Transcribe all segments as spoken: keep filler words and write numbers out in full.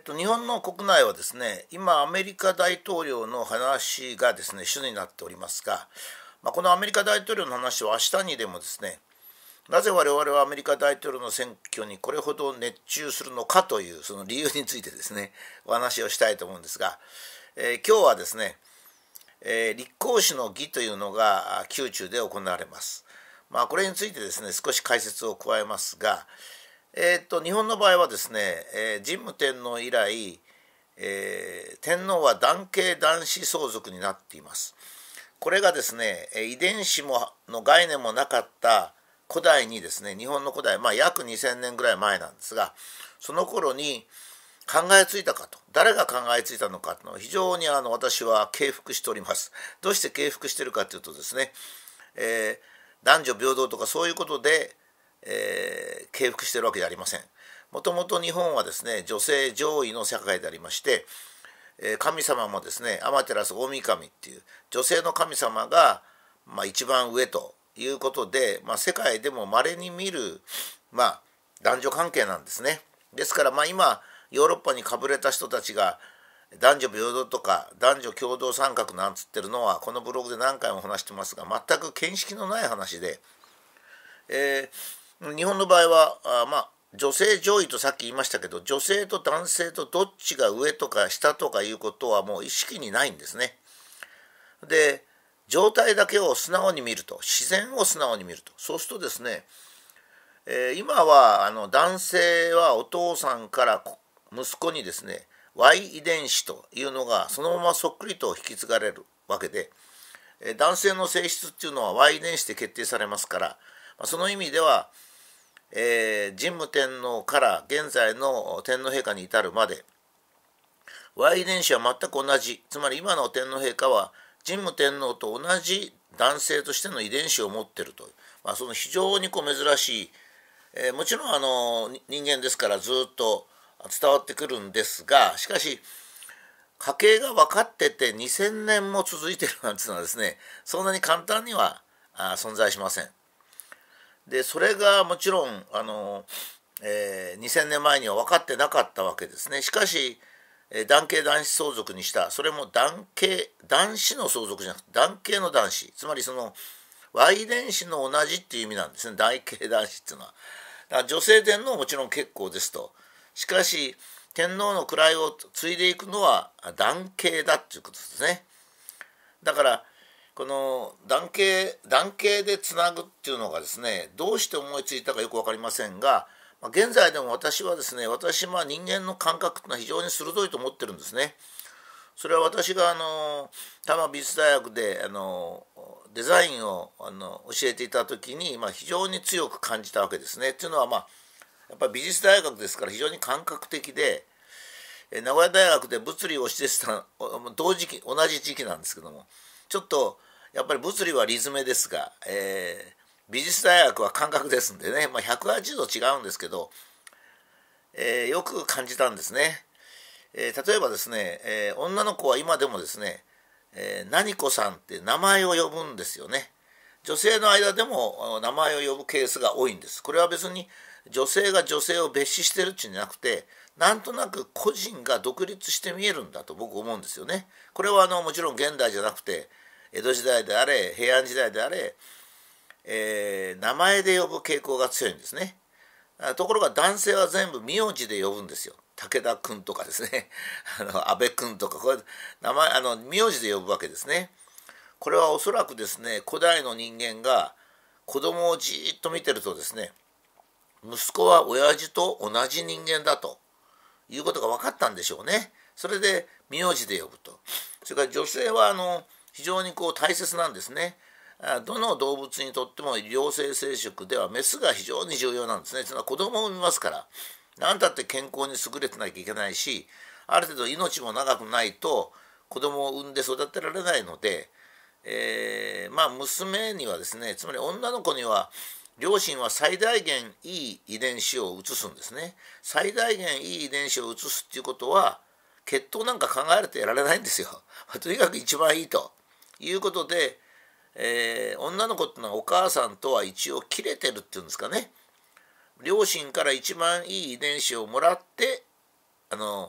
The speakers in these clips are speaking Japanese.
ーと、日本の国内はですね、今、アメリカ大統領の話がですね、主になっておりますが、まあ、このアメリカ大統領の話は明日にでもですね、なぜ我々はアメリカ大統領の選挙にこれほど熱中するのかというその理由についてですね、お話をしたいと思うんですが、えー、今日はですね、えー、立候補の儀というのが宮中で行われます。まあ、これについてですね、少し解説を加えますが、えー、と日本の場合はですね、えー、神武天皇以来、えー、天皇は男系男子相続になっています。これがですね、遺伝子もの概念もなかった古代にですね、日本の古代、まあ、約にせんねんぐらい前なんですが、その頃に考えついたかと、誰が考えついたのかというのを非常にあの私は敬服しております。どうして敬服しているかというとですね、えー、男女平等とかそういうことで、えー、敬服しているわけではありません。もともと日本はですね、女性上位の社会でありまして、神様もですね、天照大神っていう女性の神様が、まあ、一番上ということで、まあ、世界でも稀に見る、まあ、男女関係なんですね。ですから、まあ、今ヨーロッパにかぶれた人たちが男女平等とか男女共同参画なんつってるのはこのブログで何回も話してますが、全く見識のない話で、えー、日本の場合はあまあ女性上位とさっき言いましたけど、女性と男性とどっちが上とか下とかいうことはもう意識にないんですね。で、状態だけを素直に見ると、自然を素直に見ると、そうするとですね、えー、今はあの男性はお父さんから息子にですね Y 遺伝子というのがそのままそっくりと引き継がれるわけで、えー、男性の性質っていうのは Y 遺伝子で決定されますから、まあ、その意味ではえー、神武天皇から現在の天皇陛下に至るまで Y 遺伝子は全く同じ。つまり今の天皇陛下は神武天皇と同じ男性としての遺伝子を持っているという、まあ、その非常にこう珍しい、えー、もちろんあの人間ですからずっと伝わってくるんですが、しかし家系が分かっててにせんねんも続いているなんていうのはですね、そんなに簡単にはあ存在しません。でそれがもちろんあの、えー、にせんねんまえには分かってなかったわけですね。しかし、えー、男系男子相続にした。それも男系男子の相続じゃなくて男系の男子、つまりその Y 遺伝子の同じっていう意味なんですね、男系男子っていうのは。だから女性天皇ももちろん結構ですと。しかし天皇の位を継いでいくのは男系だっていうことですね。だからこの男系男系でつなぐっていうのがですね、どうして思いついたかよく分かりませんが、現在でも私はですね、私は人間の感覚というのは非常に鋭いと思ってるんですね。それは私があの多摩美術大学であのデザインをあの教えていた時に、まあ、非常に強く感じたわけですね。っていうのは、まあ、やっぱり美術大学ですから非常に感覚的で、名古屋大学で物理をしてた同時期同じ時期なんですけども、ちょっとやっぱり物理は理詰めですが、えー、美術大学は感覚ですんでね、まあ、ひゃくはちじゅうど違うんですけど、えー、よく感じたんですね。えー、例えばですね、えー、女の子は今でもですね、えー、何子さんって名前を呼ぶんですよね。女性の間でも名前を呼ぶケースが多いんです。これは別に女性が女性を蔑視してるっちゅうんじゃなくて、なんとなく個人が独立して見えるんだと僕思うんですよね。これはあのもちろん現代じゃなくて江戸時代であれ平安時代であれ、えー、名前で呼ぶ傾向が強いんですね。ところが男性は全部名字で呼ぶんですよ。武田君とかですねあの安倍君とか、これ名前あの名字で呼ぶわけですね。これはおそらくですね、古代の人間が子供をじーっと見てるとですね、息子は親父と同じ人間だということが分かったんでしょうね。それで名字で呼ぶと。それから女性はあの非常にこう大切なんですね。どの動物にとっても両性生殖ではメスが非常に重要なんですね。つまり子供を産みますから、何だって健康に優れてなきゃいけないし、ある程度命も長くないと子供を産んで育てられないので、えー、まあ娘にはですね、つまり女の子には両親は最大限いい遺伝子を移すんですね。最大限いい遺伝子を移すっていうことは血統なんか考えてやられないんですよ。とにかく一番いいということで、えー、女の子っていうのはお母さんとは一応切れてるっていうんですかね。両親から一番いい遺伝子をもらってあの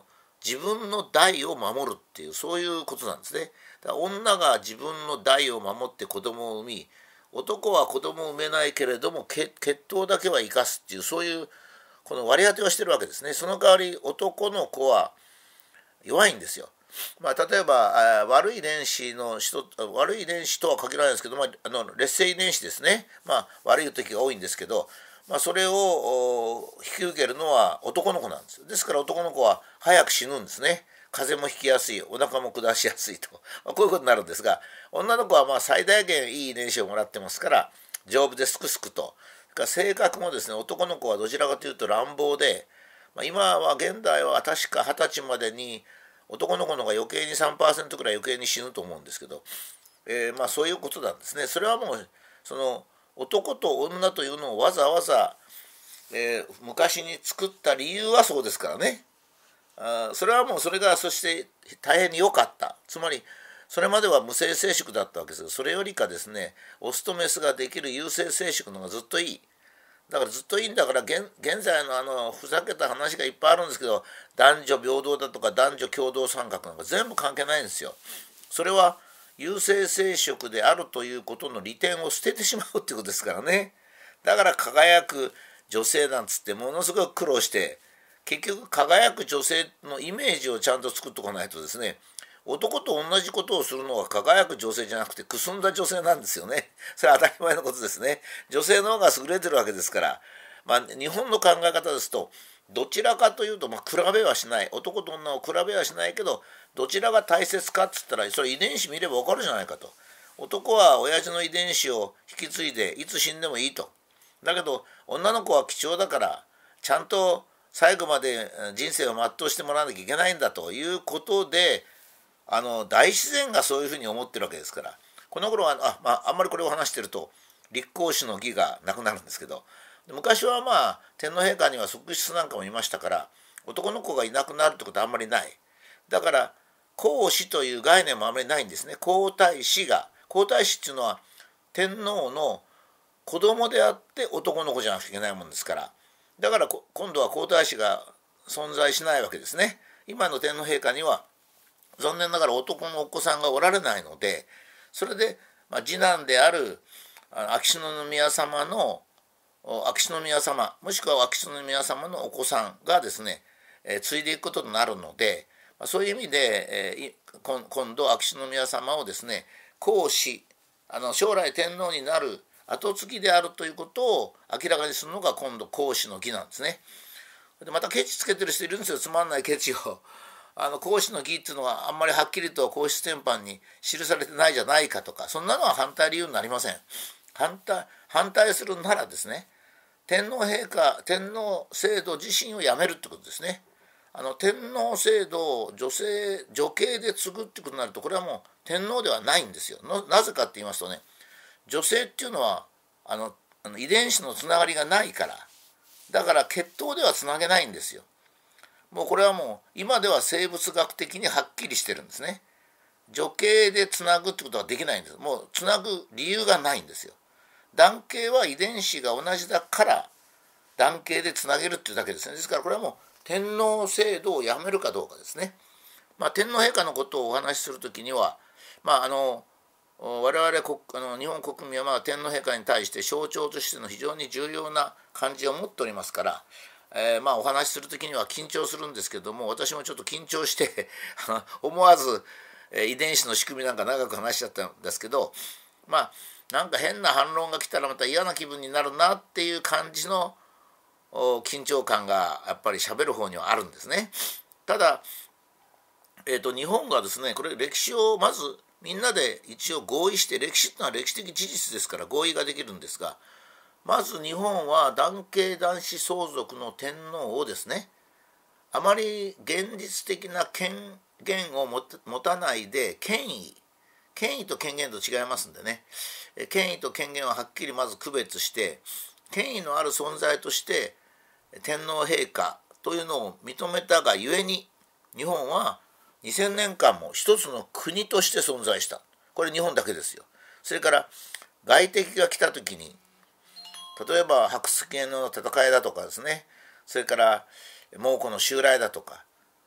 自分の代を守るっていう、そういうことなんですね。だから女が自分の代を守って子供を産み、男は子供を産めないけれども血統だけは生かすっていう、そういうこの割り当てをしてるわけですね。その代わり男の子は弱いんですよ。まあ、例えば悪い遺伝子の人、悪い遺伝子とは限らないですけど、まあ、あの劣勢遺伝子ですね、まあ、悪い時が多いんですけど、まあ、それを引き受けるのは男の子なんですよ。ですから男の子は早く死ぬんですね。風邪もひきやすい、お腹も下しやすいと、まあ、こういうことになるんですが、女の子はまあ最大限いい遺伝子をもらってますから丈夫ですくすくと。性格もですね、男の子はどちらかというと乱暴で、まあ、今は現代は確かはたちまでに男の子の方が余計に さんパーセント くらい余計に死ぬと思うんですけど、えー、まあそういうことなんですね。それはもうその男と女というのをわざわざ、えー、昔に作った理由はそうですからね。あそれはもうそれがそして大変に良かった。つまりそれまでは無性生殖だったわけですが、それよりかですね、オスとメスができる有性生殖の方がずっといい。だからずっといいんだから、 現, 現在のあのふざけた話がいっぱいあるんですけど、男女平等だとか男女共同参画なんか全部関係ないんですよ。それは有性生殖であるということの利点を捨ててしまうっていうことですからね。だから輝く女性なんつってものすごく苦労して、結局輝く女性のイメージをちゃんと作っておかないとですね、男と同じことをするのは輝く女性じゃなくてくすんだ女性なんですよね。それは当たり前のことですね。女性の方が優れてるわけですから、まあ、日本の考え方ですとどちらかというと、まあ、比べはしない、男と女を比べはしないけど、どちらが大切かっつったらそれ遺伝子見れば分かるじゃないかと。男は親父の遺伝子を引き継いでいつ死んでもいいと。だけど女の子は貴重だからちゃんと最後まで人生を全うしてもらわなきゃいけないんだということで、あの大自然がそういうふうに思ってるわけですから、この頃は あ,、まあ、あんまりこれを話してると立皇嗣の儀がなくなるんですけど、昔はまあ天皇陛下には側室なんかもいましたから、男の子がいなくなるってことはあんまりない。だから皇嗣という概念もあんまりないんですね。皇太子が皇太子っていうのは天皇の子供であって男の子じゃなくちゃいけないもんですから、だから今度は皇太子が存在しないわけですね。今の天皇陛下には残念ながら男のお子さんがおられないので、それで、まあ、次男である秋篠宮様の秋篠宮様もしくは秋篠宮様のお子さんがですね、えー、継いでいくことになるので、まあ、そういう意味で、えー、今度秋篠宮様をですね皇嗣、あの将来天皇になる後継ぎであるということを明らかにするのが今度皇嗣の儀なんですね。でまたケチつけてる人いるんですよ、つまんないケチを。あの皇嗣の儀っていうのはあんまりはっきりと皇室典範に記されてないじゃないかとか、そんなのは反対理由になりません。反対反対するならですね、天皇陛下天皇制度自身をやめるってことですね。あの天皇制度を女性女系で継ぐってことになると、これはもう天皇ではないんですよ。 な, なぜかって言いますとね、女性っていうのはあのあの遺伝子のつながりがないから、だから血統ではつなげないんですよ。もうこれはもう今では生物学的にはっきりしてるんですね。女系でつなぐってことはできないんです。もうつなぐ理由がないんですよ。男系は遺伝子が同じだから男系でつなげるっていうだけですね。ですからこれはもう天皇制度をやめるかどうかですね。まあ、天皇陛下のことをお話しするときには、まあ、あの我々国あの日本国民はまあ天皇陛下に対して象徴としての非常に重要な感じを持っておりますから、えー、まあお話しするときには緊張するんですけども、私もちょっと緊張して思わず、えー、遺伝子の仕組みなんか長く話しちゃったんですけど、まあなんか変な反論が来たらまた嫌な気分になるなっていう感じの緊張感がやっぱり喋る方にはあるんですね。ただ、えーと、日本がですね、これ歴史をまずみんなで一応合意して、歴史っていうのは歴史的事実ですから合意ができるんですが、まず日本は男系男子相続の天皇をですね、あまり現実的な権限を持たないで権威権威と権限と違いますんでね、権威と権限をはっきりまず区別して、権威のある存在として天皇陛下というのを認めたがゆえに、日本はにせんねんかんも一つの国として存在した。これ日本だけですよ。それから外敵が来た時に、例えば白頭家の戦いだとかですね、それから蒙古の襲来だとか、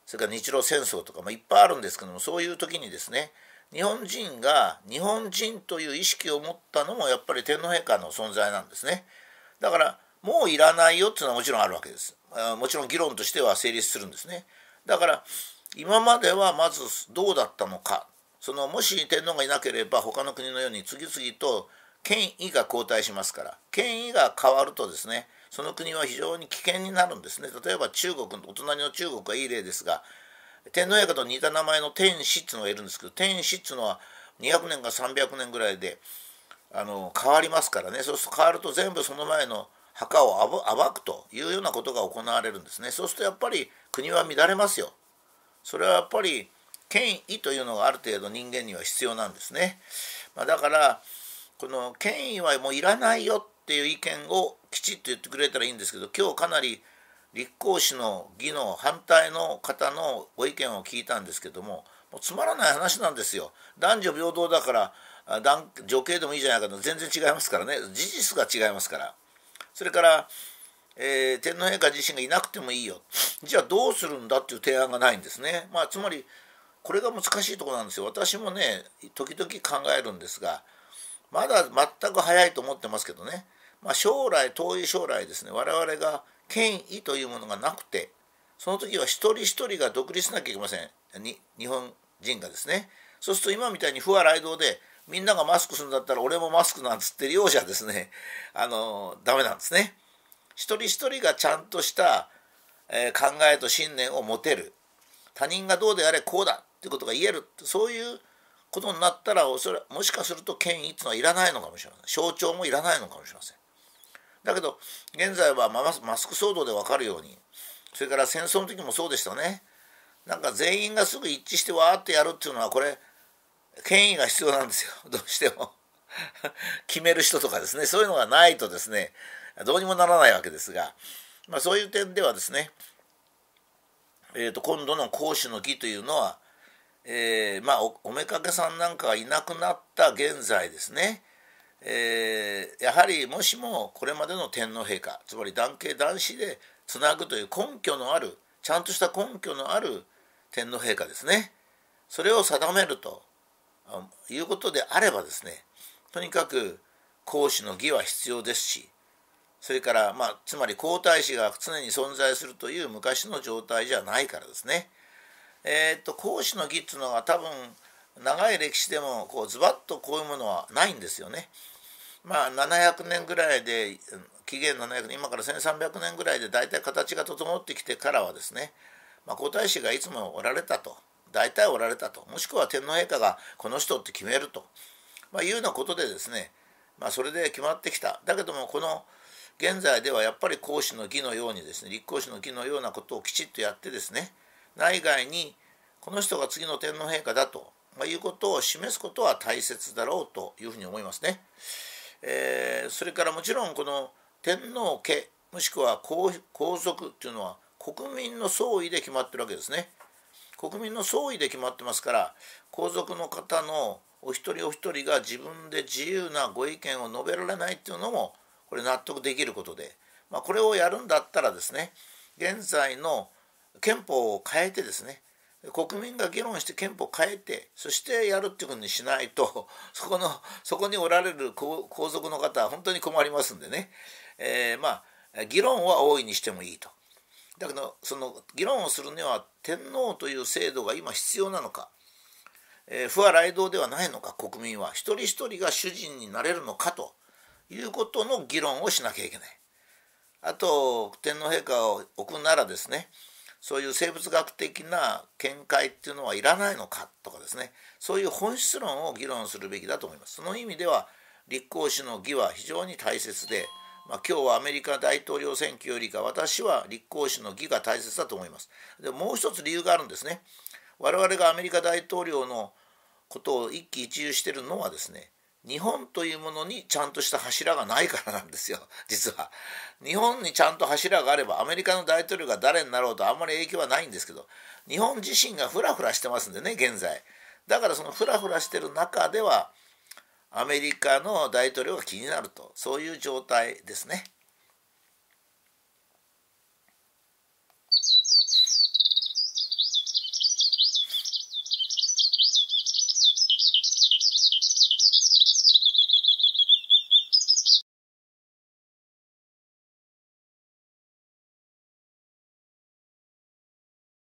それから日露戦争とか、まあ、いっぱいあるんですけども、そういう時にですね、日本人が日本人という意識を持ったのもやっぱり天皇陛下の存在なんですね。だからもういらないよっていうのはもちろんあるわけです。もちろん議論としては成立するんですね。だから今まではまずどうだったのか、そのもし天皇がいなければ他の国のように次々と権威が交代しますから、権威が変わるとですね、その国は非常に危険になるんですね。例えば中国、お隣の中国はいい例ですが、天皇陛下と似た名前の天子っていうのがいるんですけど、天子っていうのはにひゃくねんかさんびゃくねんぐらいであの変わりますからね。そうすると変わると全部その前の墓を暴くというようなことが行われるんですね。そうするとやっぱり国は乱れますよ。それはやっぱり権威というのがある程度人間には必要なんですね。まあ、だからこの権威はもういらないよっていう意見をきちっと言ってくれたらいいんですけど、今日かなり立皇嗣の儀の反対の方のご意見を聞いたんですけども、もうつまらない話なんですよ。男女平等だから女系でもいいじゃないかと、全然違いますからね。事実が違いますから。それから、えー、天皇陛下自身がいなくてもいいよ、じゃあどうするんだっていう提案がないんですね。まあつまりこれが難しいところなんですよ。私もね時々考えるんですが、まだ全く早いと思ってますけどね、まあ、将来遠い将来ですね、我々が権威というものがなくて、その時は一人一人が独立しなきゃいけませんに、日本人がですね。そうすると今みたいに不和雷道でみんながマスクするんだったら俺もマスクなんつってるようじゃですね、あのダメなんですね。一人一人がちゃんとした、えー、考えと信念を持てる、他人がどうであれこうだっていうことが言える、そういうことになったら、それもしかすると権威っていうのはいらないのかもしれません。象徴もいらないのかもしれません。だけど現在はマスク騒動で分かるように、それから戦争の時もそうでしたね。なんか全員がすぐ一致してわーってやるっていうのは、これ権威が必要なんですよ、どうしても決める人とかですね、そういうのがないとですねどうにもならないわけですが、まあ、そういう点ではですね、えー、と今度の皇嗣の儀というのは、えーまあ、お, おめかけさんなんかがいなくなった現在ですね、えー、やはりもしもこれまでの天皇陛下、つまり男系男子でつなぐという根拠のある、ちゃんとした根拠のある天皇陛下ですね、それを定めるということであればですね、とにかく皇嗣の儀は必要ですし、それから、まあ、つまり皇太子が常に存在するという昔の状態じゃないからですね、えー、っと皇嗣の儀っていうのは多分長い歴史でもこうズバッとこういうものはないんですよね。まあななひゃくねんぐらいで、紀元ななひゃくねん、今からせんさんびゃくねんぐらいで大体形が整ってきてからはですね、まあ、皇太子がいつもおられたと、大体おられたと、もしくは天皇陛下がこの人って決めると、まあ、いうようなことでですね、まあ、それで決まってきた。だけどもこの現在ではやっぱり皇嗣の儀のようにですね、立皇嗣の儀のようなことをきちっとやってですね、内外にこの人が次の天皇陛下だと、まあ、いうことを示すことは大切だろうというふうに思いますね。えー、それからもちろんこの天皇家もしくは 皇, 皇族っていうのは国民の総意で決まってるわけですね。国民の総意で決まってますから、皇族の方のお一人お一人が自分で自由なご意見を述べられないっていうのもこれ納得できることで、まあ、これをやるんだったらですね、現在の憲法を変えてですね、国民が議論して憲法を変えて、そしてやるっていうふうにしないと、そこのそこにおられる皇族の方は本当に困りますんでね、えー、まあ議論は大いにしてもいいと。だけどその議論をするには天皇という制度が今必要なのか、えー、不和雷道ではないのか、国民は一人一人が主人になれるのかということの議論をしなきゃいけない。あと天皇陛下を置くならですね、そういう生物学的な見解っていうのはいらないのかとかですね、そういう本質論を議論するべきだと思います。その意味では立皇嗣の儀は非常に大切で、まあ、今日はアメリカ大統領選挙よりか私は立皇嗣の儀が大切だと思います。でもう一つ理由があるんですね。我々がアメリカ大統領のことを一喜一憂しているのはですね、日本というものにちゃんとした柱がないからなんですよ。実は日本にちゃんと柱があればアメリカの大統領が誰になろうとあんまり影響はないんですけど、日本自身がフラフラしてますんでね、現在。だからそのフラフラしてる中ではアメリカの大統領が気になると、そういう状態ですね。